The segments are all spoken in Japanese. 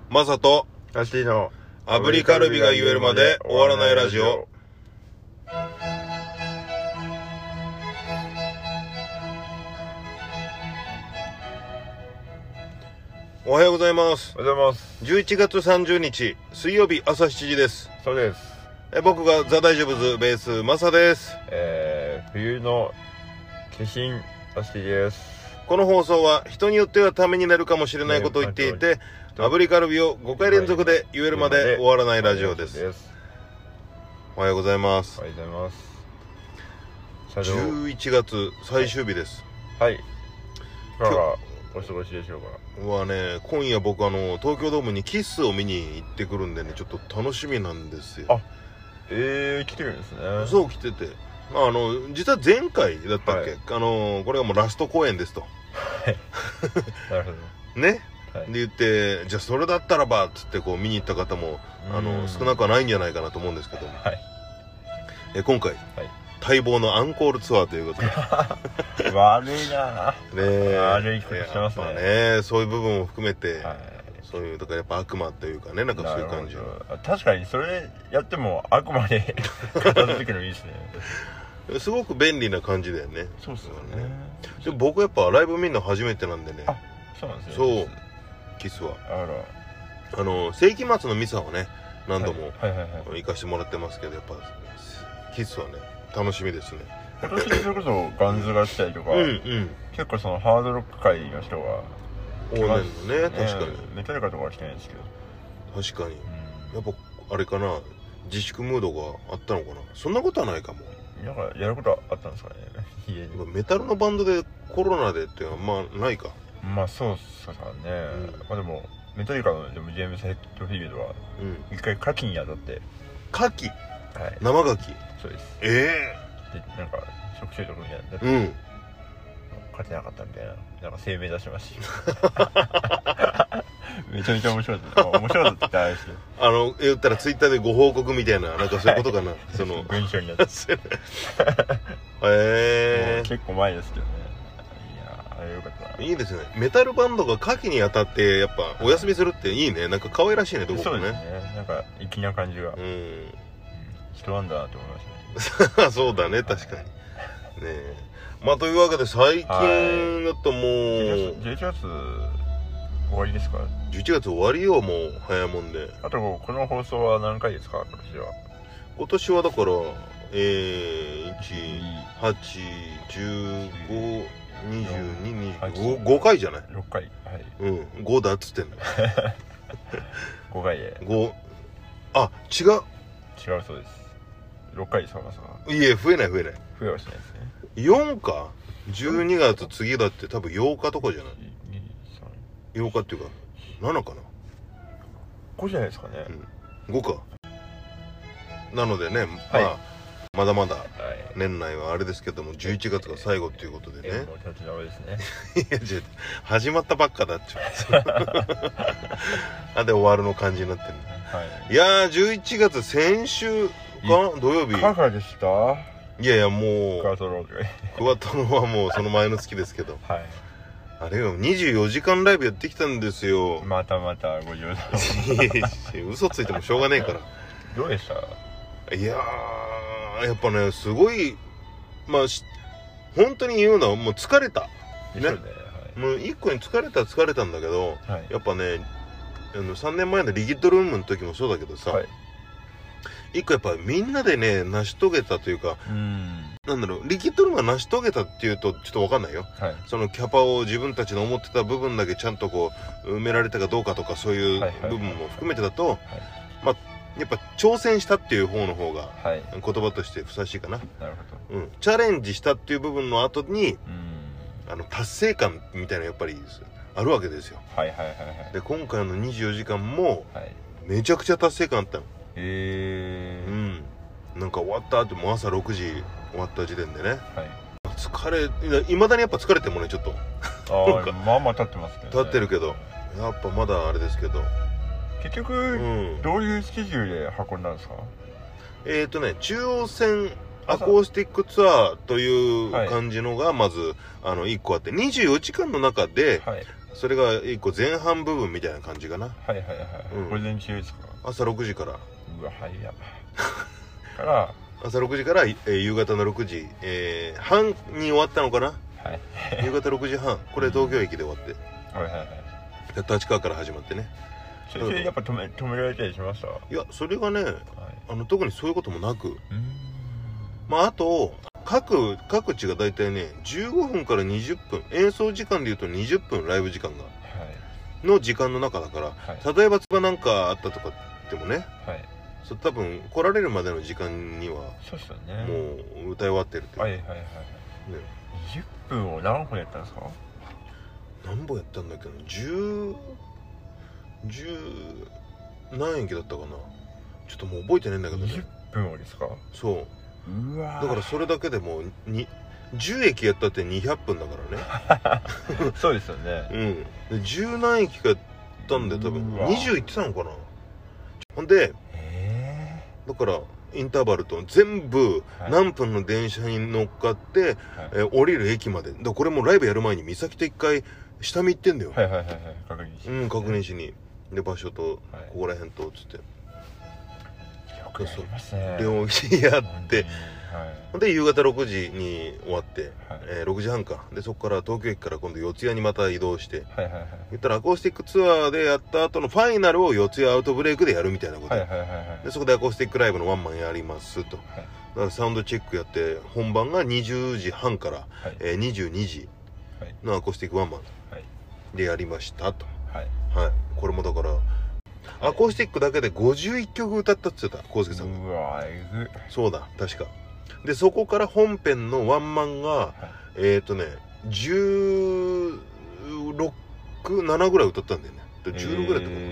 マサとカシの炙りカルビが言えるまで終わらないラジオ。おはようございます。 おはようございます。 11月30日水曜日朝7時です。 そうです。 僕がザ・大丈夫ズベースマサです。 冬の化身カシです。 この放送は人によってはためになるかもしれないことを言っていて、炙りカルビを5回連続で言えるまで終わらないラジオです。おはようございます。 おはようございます。 11月最終日です。 はい。今日はお過ごしでしょうか。 はね、今夜僕東京ドームにキスを見に行ってくるんでね、ちょっと楽しみなんですよ。 あ、来てるんですね。 そう、来てて、実は前回だったっけ、これがもうラスト公演ですと。 なるほどね、 はい、 で言って、じゃあそれだったらばっつってこう見に行った方も少なくはないんじゃないかなと思うんですけども、 はい、 今回、待望のアンコールツアーということで悪いなね、 悪いことしてますね。 そういう部分を含めて、そういうだからやっぱ悪魔というかね、なんかそういう感じ。 確かにそれやっても悪魔で片付けるのいいですね。 すごく便利な感じだよね。 そうっすよね。 でも僕やっぱライブ見るの初めてなんでね。 あ、そうなんですね。そう、キスは世紀末のミサをね何度も行かしてもらってますけど、やっぱキスはね楽しみですね。 今年それこそガンズが来たりとか、結構そのハードロック界の人が多いのね。確かにメタリカとかは来てないんですけど、 確かに、やっぱあれかな、自粛ムードがあったのかな。そんなことはないかも。 なんかやることあったんですかね、家に。 メタルのバンドでコロナでっていうのはまあないか。 まあそうっすかね。まあでもメタリカのジェームス・ヘッドフィールドは一回牡蠣に当たって。 牡蠣、 はい、生牡蠣。 そうです。 でなんか食中毒みたいな、勝てなかったみたいな、なんか声明出しましためちゃめちゃ面白いです。面白いって言ったらあれですけど、 言ったらツイッターでご報告みたいな、なんかそういうことかな。その文章になって結構前ですけどね。いやあれよかったな。 いいですね。メタルバンドが牡蠣に当たってやっぱお休みするっていいね。なんか可愛らしいね、どこかね。 そうですね。なんか粋な感じが、人なんだなと思いましたね。 そうだね、確かにね。まあというわけで最近だともう 11月終わりですか。 11月終わりよ、もう早いもんで。 あとこの放送は何回ですか、 今年はだから1、8、15、22、25、5回じゃない。 6回。はい。 5だっつってんの 5回で 5。あ、違うそうです。6回ですか、まさか。 いえ、増えない。 増えはしないですね。 4か。12月次だって多分8日とかじゃない。8日っていうか7かな。 5じゃないですかね。 5か。なのでね、まだまだ年内はあれですけども、11月が最後っていうことでね。 もう立ち直りですね。 いや、始まったばっかだっちゃう。で終わるの感じになってる。いやー、11月先週か土曜日。 いかがでした？ いやもうクワトロはもうその前の月ですけど、あれよ、24時間ライブやってきたんですよ。 またご冗談。 嘘ついてもしょうがねえから。 どうでした？ いやー、やっぱね、すごい、本当に言うのはもう疲れたね。もう一個に疲れたんだけど、やっぱね、3年前のリキッドルームの時もそうだけどさ、一個やっぱみんなでね成し遂げたというか、なんだろう、リキッドルームが成し遂げたっていうとちょっと分かんないよ。そのキャパを自分たちの思ってた部分だけちゃんとこう埋められたかどうかとか、そういう部分も含めてだと、やっぱ挑戦したっていう方の方が言葉としてふさわしいかな。 なるほど。 チャレンジしたっていう部分の後に達成感みたいなやっぱりあるわけですよ。で今回の24時間もめちゃくちゃ達成感あったの。なんか終わった後も朝6時終わった時点でね、いまだにやっぱ疲れてもね、ちょっとまあ経ってますけどね。 経ってるけど、やっぱまだあれですけど。 結局どういうスケジュールで運んだんですか？ 中央線アコースティックツアーという感じのがまず1個あって、24時間の中でそれが一個前半部分みたいな感じかな。 はいはいはい、午前中ですか？ 朝6時から。 うわ早っから朝6時から、夕方の6時、半に終わったのかな。 はい、 夕方6時半、これ東京駅で終わって、 はいはいはい、 立川から始まってね。 それやっぱ止められたりしました？ いや、それがね、特にそういうこともなく、まああと各地が大体ね15分から20分、演奏時間でいうと20分ライブ時間が、の時間の中だから、例えばなんかあったとかってもね、多分来られるまでの時間にはそうですよね、 もう歌い終わってるっていう。 はいはいはい、ね、20分を何本やったんですか？ 何本やったんだっけな、10何駅だったかな、ちょっともう覚えてないんだけどね。 20分をですか？ そう、 うわだからそれだけでもう10駅やったって200分だからねそうですよね。 うん、で10何駅かやったんで多分20行ってたのかな。ほんでだからインターバルと全部何分の電車に乗っかって、降りる駅まで。これもライブやる前に三崎と一回下見行ってんだよ。 はいはいはいはい、確認しに、 確認しに。で場所と、ここら辺とつって、 よくやりますね、 両方やって、で夕方6時に終わって、6時半かで、そこから東京駅から今度四谷にまた移動して、言ったらアコースティックツアーでやった後のファイナルを四谷アウトブレイクでやるみたいなことで、そこでアコースティックライブのワンマンやりますと、だからサウンドチェックやって、本番が20時半から、22時のアコースティックワンマンでやりましたと。これもだからアコースティックだけで51曲歌ったって言ってた康介さんが。 うわえぐ。 そうだ確かで、そこから本編のワンマンが、16、7ぐらい歌ったんだよね。16ぐらいって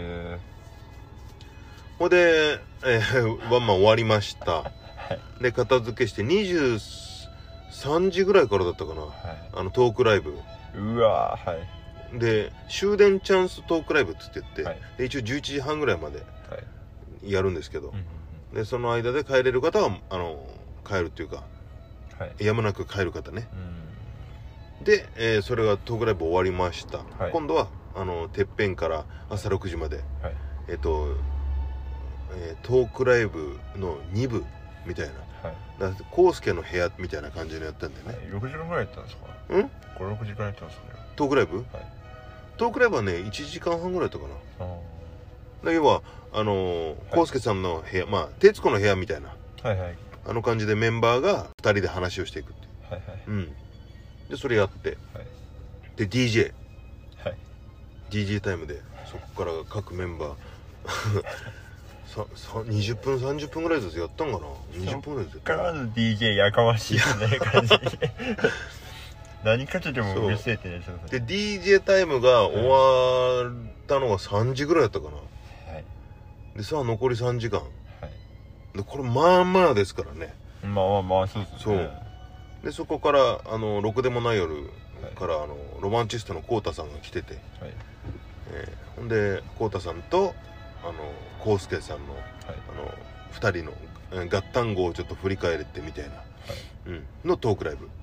こと。ほんで、ワンマン終わりました。で片付けして23時ぐらいからだったかな、トークライブ。 うわで終電チャンストークライブっつって言って、で一応11時半ぐらいまでやるんですけど、でその間で帰れる方は帰るっていうか、やむなく帰る方ね。で、それがトークライブ終わりました。今度はてっぺんから朝6時まで、トークライブの2部みたいな、康介の部屋みたいな感じのやったんだよね。 6時間ぐらいやったんですか？5、6時間やったんですかね、 トークライブ。トークライブはね1時間半ぐらいだったかな。要は康介さんの部屋、まあ徹子の部屋みたいな、感じでメンバーが2人で話をしていくっていう。でそれやって、で DJ タイムで、そこから各メンバー20分30分ぐらいずつやったんかな。20分ぐらいずつからの DJ やかましいよね感じ何かとでもうるせえってね。 で DJ タイムが終わったのが3時ぐらいだったかな。でさあ残り3時間、でこれまあまあですからね。 まあそうですね。 でそこからろくでもない夜からロマンチストのコウタさんが来てて、ほんでコウタさんと康介さんの、2人の合体号をちょっと振り返ってみたいな、のトークライブ。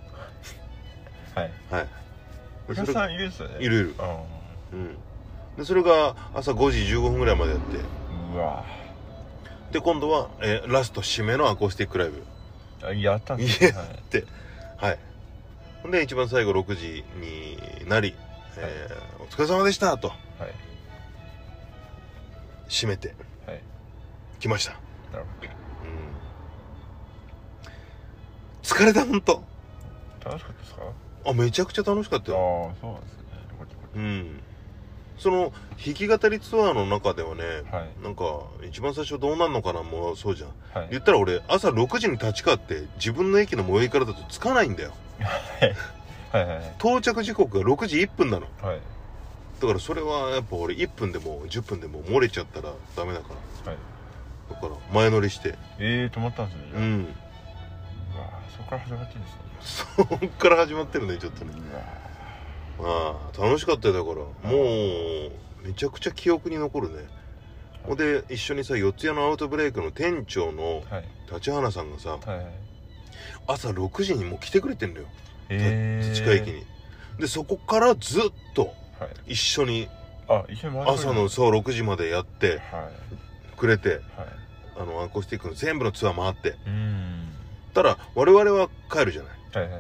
お客さんいるんですよね。 いる。でそれが朝5時15分ぐらいまでやって、で今度は、ラスト締めのアコースティックライブやったんですね。 ほんで一番最後6時になり、お疲れ様でしたと、締めて、来ました。なるほど。疲れた。ほんと楽しかったですか？ めちゃくちゃ楽しかったよ。 そうなんですね。 その弾き語りツアーの中ではね、なんか一番最初どうなんのかなもそうじゃん、言ったら俺朝6時に立ち替わって自分の駅の最寄りからだと着かないんだよ到着時刻が6時1分なの、だからそれはやっぱ俺1分でも10分でも漏れちゃったらダメだから、だから前乗りして止まったんですね。そこから始まってるんですね。 そっから始まってるね、ちょっとね。楽しかったよ。だからもうめちゃくちゃ記憶に残るね。ほんで一緒にさ、四谷のアウトブレイクの店長の立花さんがさ、朝6時にもう来てくれてんだよ、立川駅に。でそこからずっと一緒に一緒に朝のそう6時までやってくれて、アコースティックの全部のツアー回って、たら我々は帰るじゃない、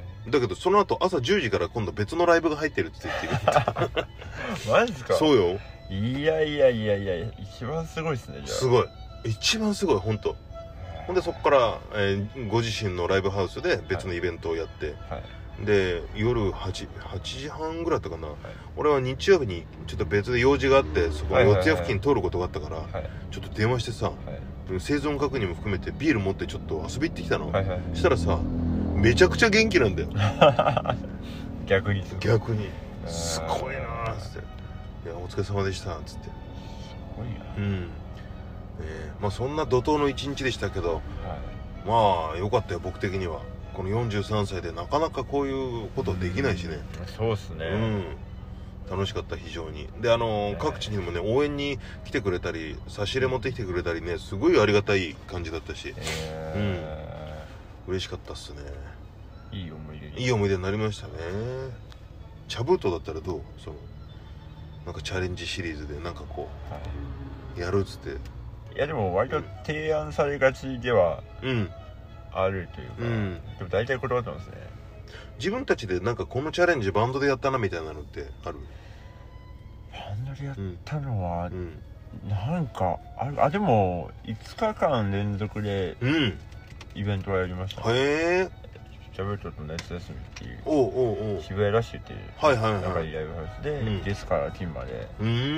だけどその後朝10時から今度別のライブが入ってるって言ってマジか。 そうよ。 いや一番すごいっすね。じゃあすごい、一番すごい本当。ほんでそこから、ご自身のライブハウスで別のイベントをやって、で夜8時半ぐらいだったかな、俺は日曜日にちょっと別で用事があってそこの四谷付近通ることがあったから、ちょっと電話してさ、生存確認も含めてビール持ってちょっと遊び行ってきたの、したらさめちゃくちゃ元気なんだよ逆にすごいなーっつって「いやお疲れ様でした」っつって、すごいな。 まあそんな怒涛の一日でしたけど、まあよかったよ僕的には。この43歳でなかなかこういうことできないしね。 そうっすね。 楽しかった非常に。で各地にもね応援に来てくれたり差し入れ持ってきてくれたりね、すごいありがたい感じだったし、嬉しかったっすね。 いい思い出になりましたね。チャブートだったらどう？なんかチャレンジシリーズでなんかこう、やるっつって。 いやでも割と提案されがちではあるというか、でも大体断ってますね。 自分たちでなんかこのチャレンジバンドでやったなみたいなのってある？ バンドでやったのは、なんかでも5日間連続でイベントはやりました、 へえ。 チャブートと夏休みっていう渋谷ラッシュっていう仲いいライブハウスで、月から金まで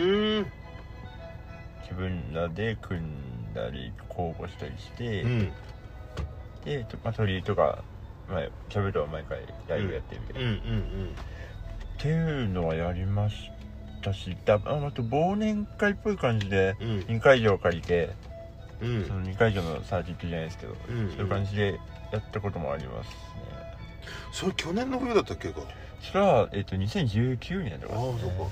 自分らで組んだり公募したりして、で、鳥居とかチャブートは毎回ライブやってるみたいな、っていうのはやりましたし、あと忘年会っぽい感じで2会場借りて、その2会場のサーキットじゃないですけど、そういう感じでやったこともありますね。 それ去年の冬だったっけか？ それは、2019年とかですね。 そうか。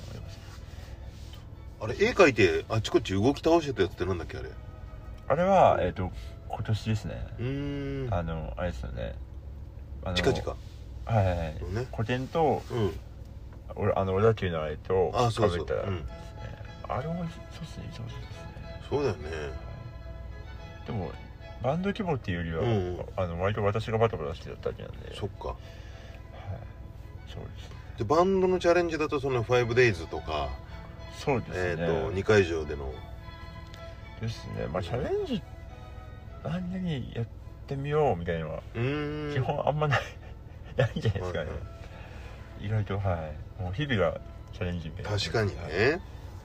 あれ絵描いてあっちこっち動き倒してたやつってなんだっけあれ？ あれは今年ですね。あれですよね。 近々。 古典と小田急のあれとかぶったら、あれもそうですね。 そうだよね。 でもバンド規模っていうよりは、割と私がバタバタしてただけなんで。 そっか。 そうです。 でバンドのチャレンジだとその 5days とか、 そうですね。 2会場でのですね。チャレンジ何やってみようみたいなのは基本あんまないんじゃないですかね。意外ともう日々がチャレンジみたいな。 確かにね。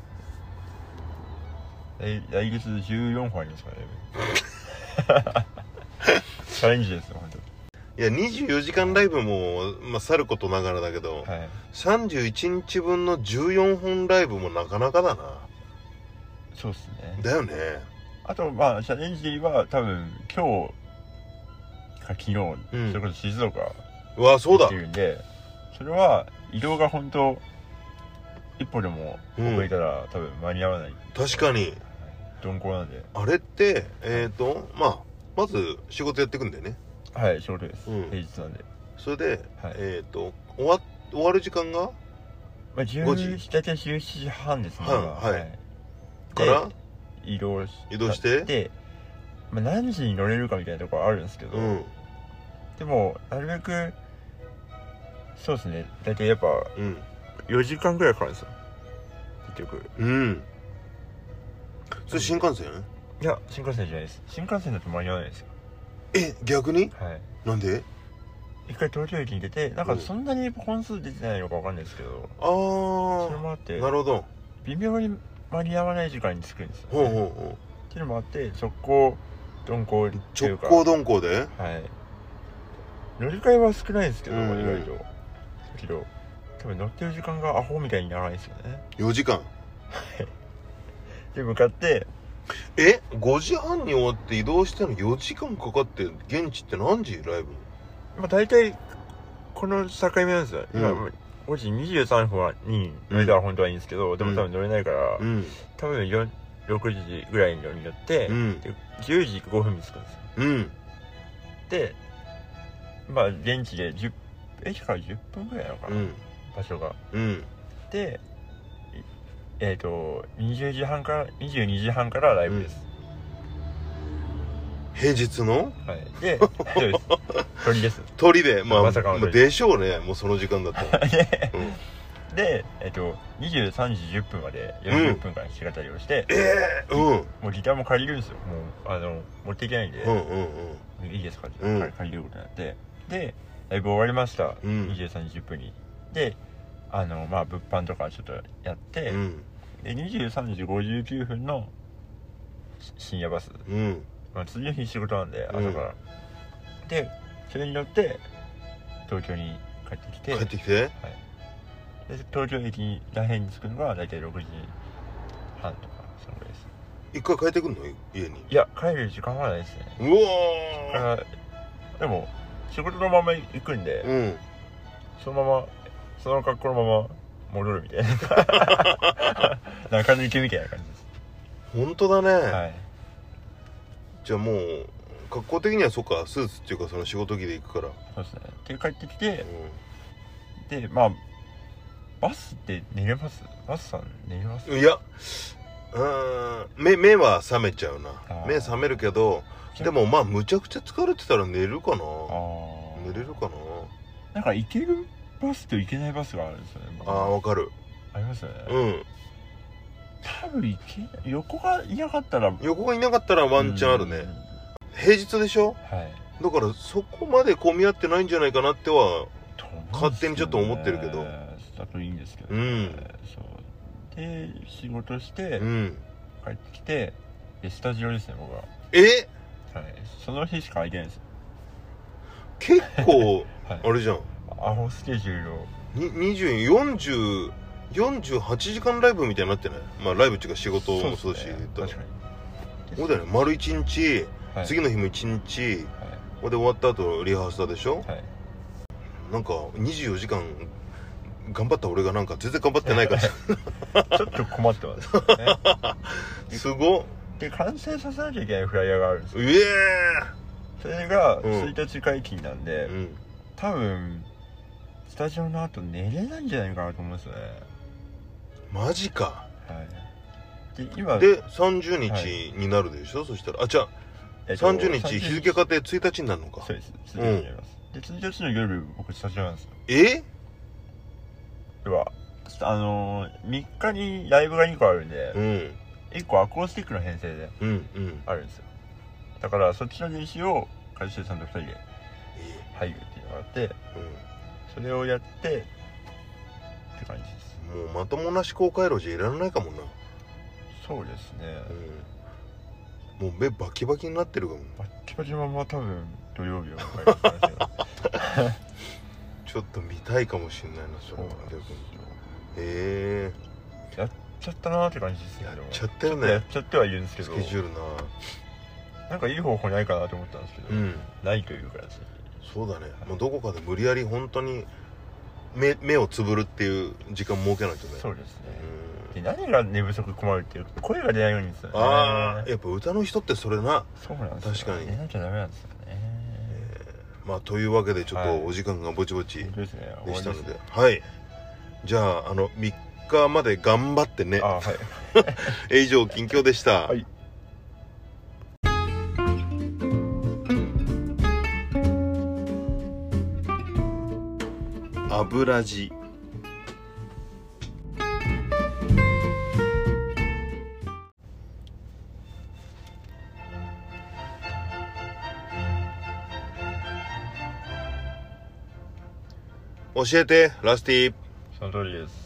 来月14本ありますからねチャレンジですよ本当。 いや24時間ライブもさることながらだけど、31日分の14本ライブもなかなかだな。 そうっすね。 だよね。 あとチャレンジは多分今日か昨日、それこそ静岡そうだっていうんで、それは移動が本当一歩でも遅れたら、多分間に合わない。 確かに鈍行なんで。 あれってまず仕事やっていくんだよね。 仕事です、平日なんで。 それで、終わる時間が大体17時半ですね。 から移動してで、何時に乗れるかみたいなところあるんですけど、でもなるべくそうですね、大体やっぱ4時間ぐらいかかるんですよ結局。 それ新幹線？ いや新幹線じゃないです。新幹線だと間に合わないですよ。 逆に？なんで？ 一回東京駅に出て、なんかそんなに本数出てないのかわかんないですけど、それもあって、 なるほど、 微妙に間に合わない時間に着くんですよ、っていうのもあって、直行鈍行っていうか、 直行鈍行で、 乗り換えは少ないですけど、意外とけど多分乗ってる時間がアホみたいに長いですよね。 4時間で向かって、 5時半に終わって移動しての4時間かかって、現地って何時ライブ？ 大体この境目なんですよ、今5時23分に乗れたら本当はいいんですけど、でも多分乗れないから、多分6時ぐらいに乗って、で10時5分に着くんですよ、で現地で駅から10分ぐらいなのかな、場所が、 で22時半からライブです、 平日の？ はい。で、そうです。鳥です。 鳥で、まさかの鳥でしょうね、もうその時間だと。 で、23時10分まで40分間弾き語りをして、もうギターも借りるんですよ。もう、持っていけないんで、いいですかって借りることになって。で、ライブ終わりました。23時10分に。で、物販とかちょっとやって、で、23時59分の深夜バス。次の日仕事なんで、朝から。で、それに乗って、東京に帰ってきて。 はい。で、 東京駅らへんに着くのが、だいたい6時半とか、そのぐらいです。 一回帰ってくんの？家に。 いや、帰る時間はないですね。 うわー。でも、仕事のまま行くんで、その格好のまま戻るみたいな。中抜けみたいな感じです。 本当だね。 はい。 じゃあもう格好的にはそっか、スーツっていうかその仕事着で行くから。 そうですね。で帰ってきて、でバスって寝れます？バスさん寝れます？ いや、目は覚めちゃうな。目覚めるけど、でもむちゃくちゃ疲れてたら寝るかな。寝れるかな。 なんか行けるバスと行けないバスがあるんですよね。 わかる。 ありますよね。多分横がいなかったらワンチャンあるね。平日でしょ？ はい。 だからそこまで混み合ってないんじゃないかなっては勝手にちょっと思ってるけど。 だといいんですけどね。そうで仕事して、帰ってきて、スタジオですね、僕は。はい。その日しか空いてないんですよ。 結構あれじゃん。 アホスケジュールを 48時間ライブみたいになってない？ライブっていうか仕事もそうだし。 確かに。 そうだよね。丸1日、次の日も1日、で終わった後リハーサルでしょ？なんか24時間頑張った俺がなんか全然頑張ってないからちょっと困ってますね。 すごっ。 で完成させなきゃいけないフライヤーがあるんですよ。それが1日解禁なんで、多分スタジオの後寝れないんじゃないかなと思うんですよね。 マジか。 で今で30日になるでしょ、そしたら30日日付変わって1日になるのか。 そうです。1日になります。で1日の夜僕スタジオなんですよ。では3日にライブが2個あるんで、1個アコースティックの編成であるんですよ。だからそっちの練習を一茂さんと2人で入るっていうのがあって、それをやってって感じです。 もうまともな思考回路じゃいらないかもな。 そうですね。 もう目バキバキになってるかも。 バッキバキのまま多分土曜日を迎える可能性がちょっと見たいかもしれないな、それは。 やっちゃったなーって感じですね。 やっちゃったよね。 やっちゃってはいるんですけど、 スケジュールなんかいい方法ないかなと思ったんですけど、ないというかですね。 そうだね。もうどこかで無理やり本当に目をつぶるっていう時間設けないとね。 そうですね。で何が寝不足困るっていう声が出ないようにですよね。 やっぱ歌の人ってそれな。 そうなんですよ。確かに寝なきゃダメなんですよね。 というわけでちょっとお時間がぼちぼちでしたので、はい。じゃあ3日まで頑張ってね。以上近況でした。油地。教えてラスティ。 その通りです。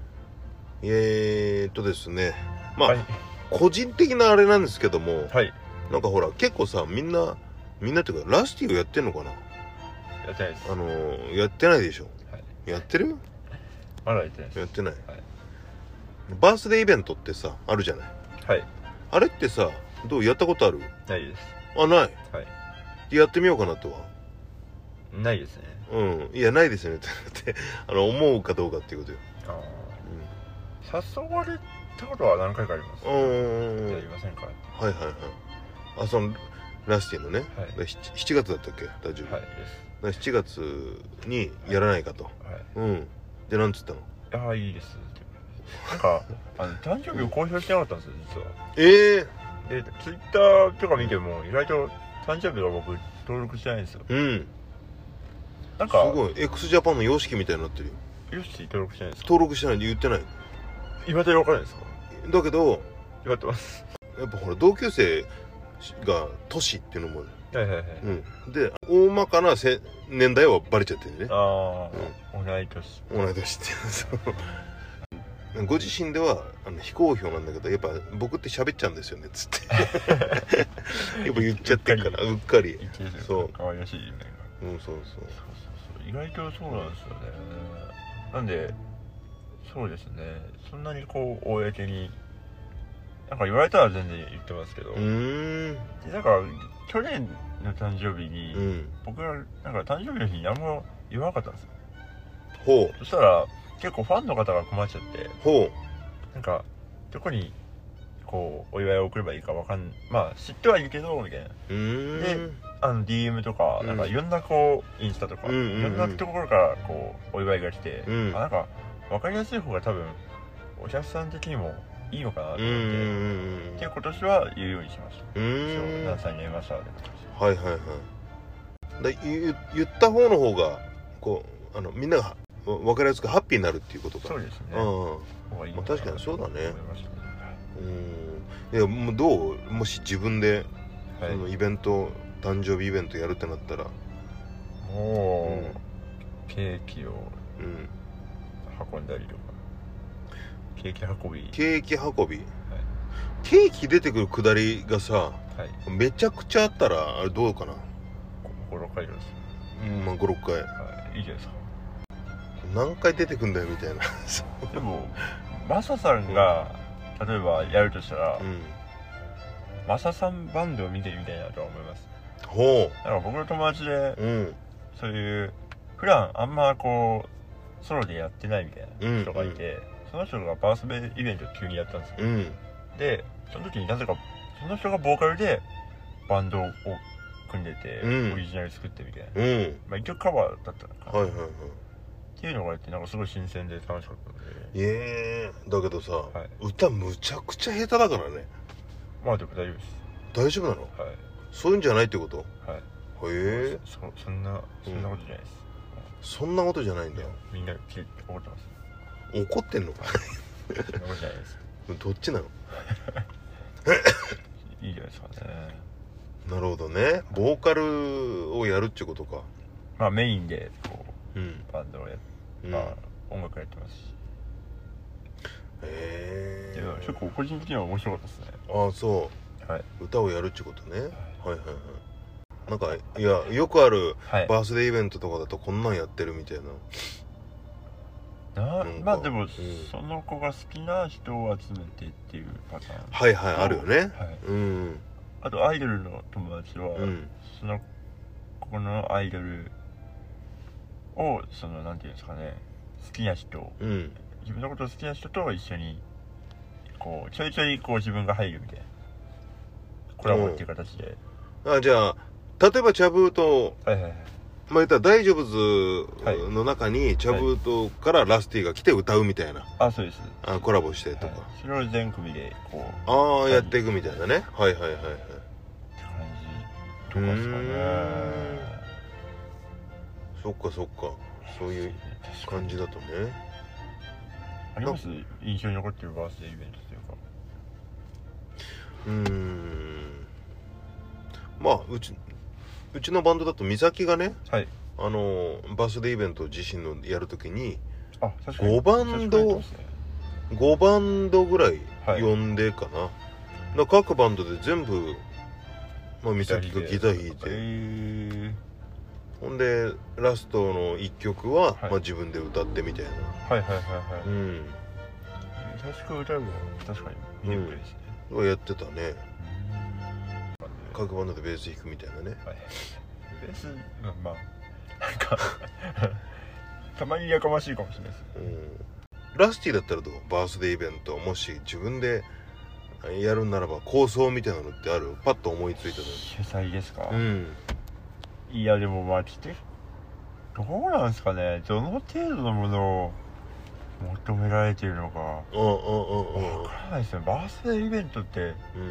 ですね、個人的なあれなんですけども、なんかほら結構さみんなっていうかラスティをやってんのかな。 やってないです。 やってないでしょ。やってる？ まだやってないです。 やってない。バースデーイベントってさあるじゃない。あれってさどうやったことある？ ないです。 ない。やってみようかなとは。 ないですね。 いやないですよねって思うかどうかっていうことよ。 誘われたことは何回かあります。やりませんか？ そのラスティのね、7月だったっけ？大丈夫。7月にやらないかと。でなんつったの？ ああいいですなんか誕生日を公表してなかったんですよ実は。でツイッターとか見ても意外と誕生日が僕登録してないんですよ。 なんかすごい x ジャパンの様式みたいになってるよ。 よし登録してないですか？ 登録してないんで言ってない。 今で分からないですか？ だけど言われてます。 やっぱほら同級生が年っていうのもはいで大まかな年代はバレちゃってるね。 同い年ってそうご自身では非公表なんだけどやっぱ僕って喋っちゃうんですよねっつってやっぱ言っちゃってるからうっかりそう可愛らしいね。 そう意外とそうなんですよね。なんでそうですねそんなにこう公になんか言われたら全然言ってますけどでなんか去年の誕生日に、僕がなんか誕生日の日に何も言わなかったんですよ。そしたら結構ファンの方が困っちゃってなんかどこにこうお祝いを送ればいいかわかんまあ知ってはいるけどみたいなでDM とかなんかいろんなこうインスタとかいろんなところからこうお祝いが来てなんか分かりやすい方が多分お客さん的にもいいのかなと思ってで今年は言うようにしました。何歳になりましたって言った方の方がこうみんなが分かりやすくハッピーになるっていうことか。 そうですね。 確かにそうだね。いやもうどうもし自分でそのイベント誕生日イベントやるってなったらもうケーキを運んだりとかケーキ運びケーキ出てくるくだりがさめちゃくちゃあったらあれどうかな。 5,6 回です。 5,6 回いいじゃないですか。 何回出てくんだよみたいなでもマサさんが例えばやるとしたらマサさんバンドを見てみたいなとは思います。だから僕の友達でそういう普段あんまこうソロでやってないみたいな人がいてその人がバースデーイベントを急にやったんですよ。でその時になぜかその人がボーカルでバンドを組んでてオリジナル作ってみたいな一曲カバーだったのかなっていうのがあってなんかすごい新鮮で楽しかったので。 だけどさ、歌むちゃくちゃ下手だからね。 まあでも大丈夫です。 大丈夫なの？そういうんじゃないってこと？ そんなことじゃないです。 そんなことじゃないんだよ。 みんな怒ってます。 怒ってんのか？ そんなことじゃないです。 どっちなの？ いいじゃないですかね。 なるほどね。ボーカルをやるってことか。 まあメインでこうバンドをやって音楽やってますし。結構個人的には面白かったですね。 そう。歌をやるってことね。なんかいやよくあるバースデーイベントとかだとこんなんやってるみたいな。 まあでもその子が好きな人を集めてっていうパターン。 あるよね。 あとアイドルの友達はその子のアイドルをそのなんていうんですかね好きな人自分のことを好きな人と一緒にこうちょいちょいこう自分が入るみたいなコラボっていう形で。 じゃあ例えばチャブーと言ったら大丈夫ズの中にチャブーとからラスティが来て歌うみたいな。 そうです。 コラボしてとかそれを全組でこうやっていくみたいなね。って感じとかですかね。 そっかそういう感じだとね。 あります印象に残ってるバースデーイベントというか。 まあうちのバンドだと美咲がねバースデーイベント自身のやるときに5バンドぐらい呼んでかな。各バンドで全部美咲がギター弾いてほんでラストの1曲は自分で歌ってみたいな。 優しく歌うの確かに魅力ですね。やってたね。各バンドでベース弾くみたいなね。 ベースまあなんかたまにやかましいかもしれないです。 ラスティだったらどう？バースデーイベントもし自分でやるならば構想みたいなのってある？パッと思いついたの。 主催ですか？いやでもまあどうなんですかね。どの程度のものを求められているのか分からないですよ。バースデーイベントって、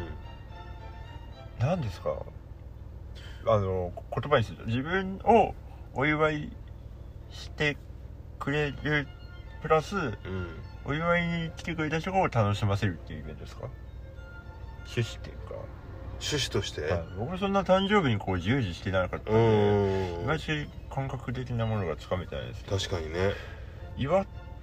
何ですか？言葉にすると自分をお祝いしてくれるプラス、お祝いに来てくれた人を楽しませるっていうイベントですか？趣旨っていうか趣旨として、 僕はそんな誕生日にこう従事してなかったので、いまいち感覚的なものがつかめてないですけど。 確かにね。 祝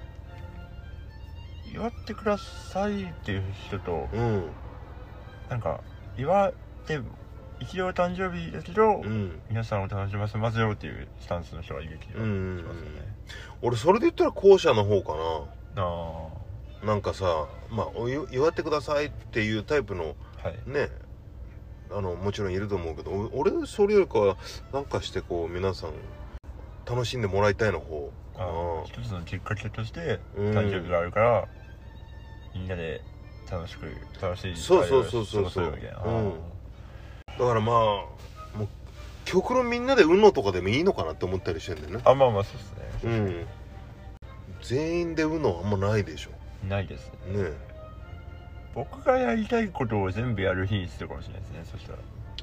ってくださいっていう人と、なんか祝って一応誕生日だけど、皆さんを楽しませますよっていうスタンスの人がいる気がしますよね。 俺それで言ったら後者の方かな。なんかさ、祝ってくださいっていうタイプの、ね、もちろんいると思うけど、俺それよりかはなんかしてこう皆さん楽しんでもらいたいの方かな。 一つのきっかけとして誕生日があるから、みんなで楽しいそうみたいな。 だからもう極論みんなでUNOとかでもいいのかなって思ったりしてんだよね。 そうですね。 全員でUNOあんまないでしょ。 ないですね。僕がやりたいことを全部やる日にするかもしれないですね。そした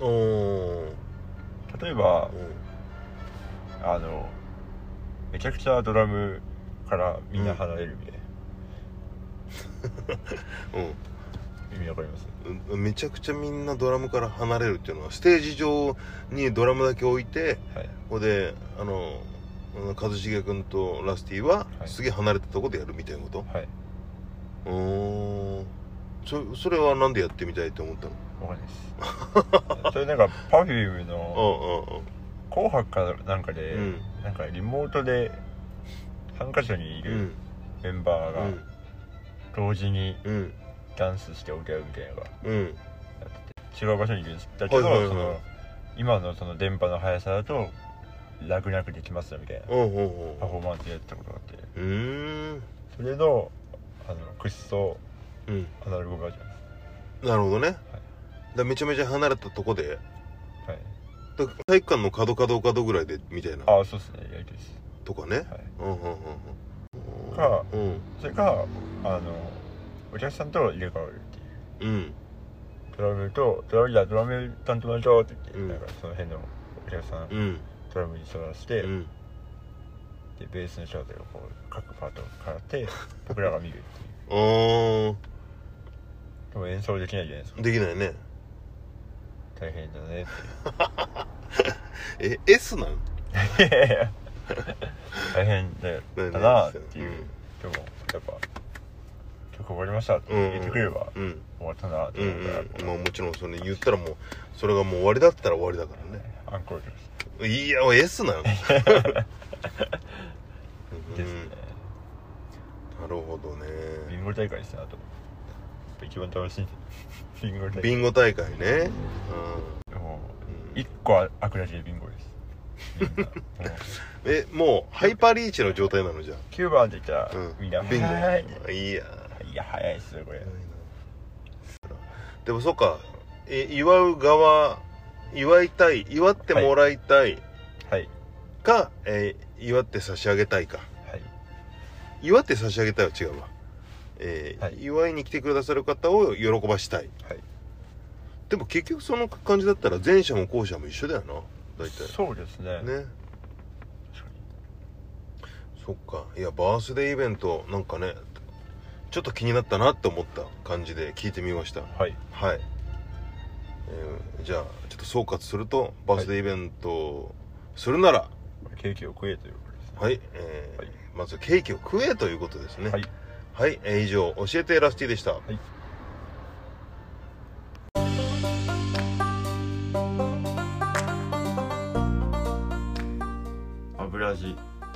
ら例えば、めちゃくちゃドラムからみんな離れるみたいな。意味わかります？ めちゃくちゃみんなドラムから離れるっていうのは、ステージ上にドラムだけ置いて、ここで一茂君とラスティはすげえ離れたところでやるみたいなこと？それはなんでやってみたいと思ったの？ わかんないです。それなんか Perfume の紅白かなんかで、なんかリモートで3カ所にいるメンバーが同時にダンスして歌うみたいなのがやってて、違う場所にいるんだけど、今のその電波の速さだと楽々できますよみたいなパフォーマンスやったことがあって、それのクッソアナログバージョンです。 なるほどね。だめちゃめちゃ離れたとこで、だ体育館の角ぐらいでみたいな。 そうですね、やりたいですとかね。 それかお客さんと入れ替わるっていう、ドラム担当の人って言って、なんかその辺のお客さん、ドラムに座らせて、でベースの人でこう各パートを変わって僕らが見るっていう。でも演奏できないじゃないですか。 できないね。 大変だねっていう。S なん？ 大変だなっていう。でもやっぱ曲終わりましたって言ってくれれば終わったなって思うから、 もちろんそれ言ったらもうそれがもう終わりだったら終わりだからね。 アンコールです。 いや S なん？ですね。なるほどね。 ビンゴ大会ですね。あと一番楽しいビンゴ大会ね。 1個開くだけでビンゴです。もうハイパーリーチの状態なの？じゃあ 9番って言ったらみんなビンゴ。いや早いっすよこれ。 でもそっか、祝う側、祝ってもらいたいか、祝って差し上げたいか。祝って差し上げたいは違うわ。祝いに来てくださる方を喜ばしたい。でも結局その感じだったら前者も後者も一緒だよな、大体。 そうですね。 そっか。いやバースデーイベントなんかね、ちょっと気になったなって思った感じで聞いてみました。じゃあちょっと総括すると、バースデーイベントをするならケーキを食えということですね。 まずケーキを食えということですね。以上教えてラスティでした。 油味。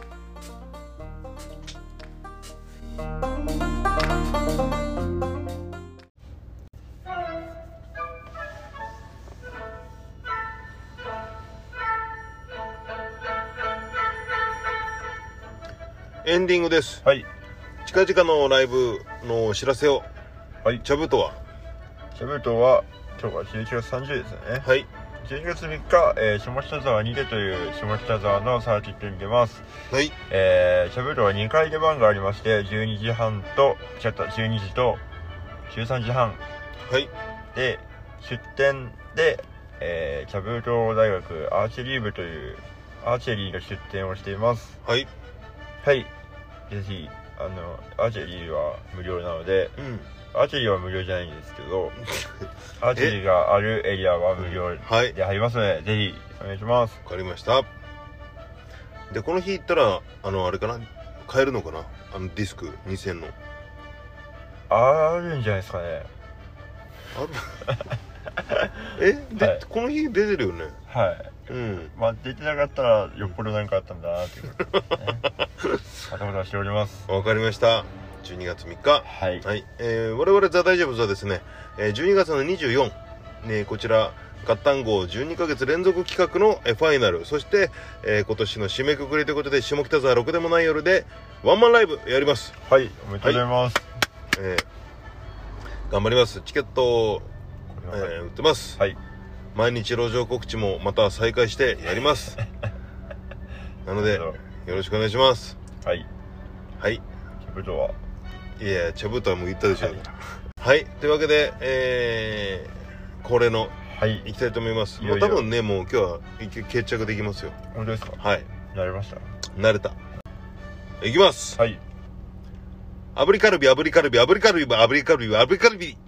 エンディングです。近々のライブのお知らせを。チャブートは今日が11月30日ですね。 12月3日、下北沢にてという下北沢のサーキットに出ます。 はい。 シャブロは2回出番がありまして、12時と13時半。 はい。 で、出店で、シャブロ大学アーチェリー部というアーチェリーの出店をしています。 はい。 はい。ぜひ、アーチェリーは無料なので、アーチェリーは無料じゃないんですけど、アーチェリーがあるエリアは無料で入りますので、ぜひお願いします。 わかりました。で、この日行ったら、あれかな、買えるのかな、ディスク2000の。 あるんじゃないですかね。 で、この日出てるよね。 はい。まあ、出てなかったら、よっぽどなんかあったんだなっていう。またまたしております。 わかりました。12月3日。 はい。 はい。我々ザ・大丈夫はですね、12月の24、こちら、ガッタン号12ヶ月連続企画のファイナル、そして、今年の締めくくりということで、下北沢ろくでもない夜でワンマンライブやります。 はい、おめでとうございます。 頑張ります。チケットを、売ってます。 はい。 毎日路上告知もまた再開してやります。なので、よろしくお願いします。 はい。 はい。 チャブトは？ いや、チャブトはもう言ったでしょ。はい。というわけで、恒例の、行きたいと思います。もう多分ね、もう今日は決着できますよ。 本当ですか？ はい。 慣れました。 慣れた。いきます。 はい。 炙りカルビ、炙りカルビ、炙りカルビ、炙りカルビ、炙りカルビ。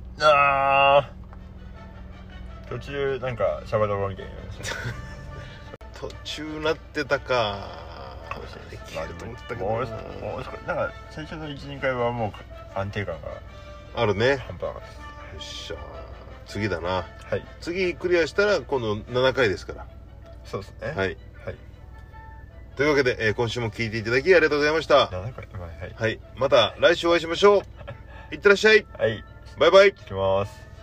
途中なんかシャバダバみたいになりました。 途中なってたか。 まあでももうなんか最初の 1,2 回はもう安定感があるね。 半端なかったです。 よっしゃ。次だな。 はい。 次クリアしたら今度7回ですから。 そうですね。 はい。 はい。 というわけで、今週も聞いていただきありがとうございました。 7回、はい。 はい。また来週お会いしましょう。いってらっしゃい。 はい。 バイバイ。 行きます。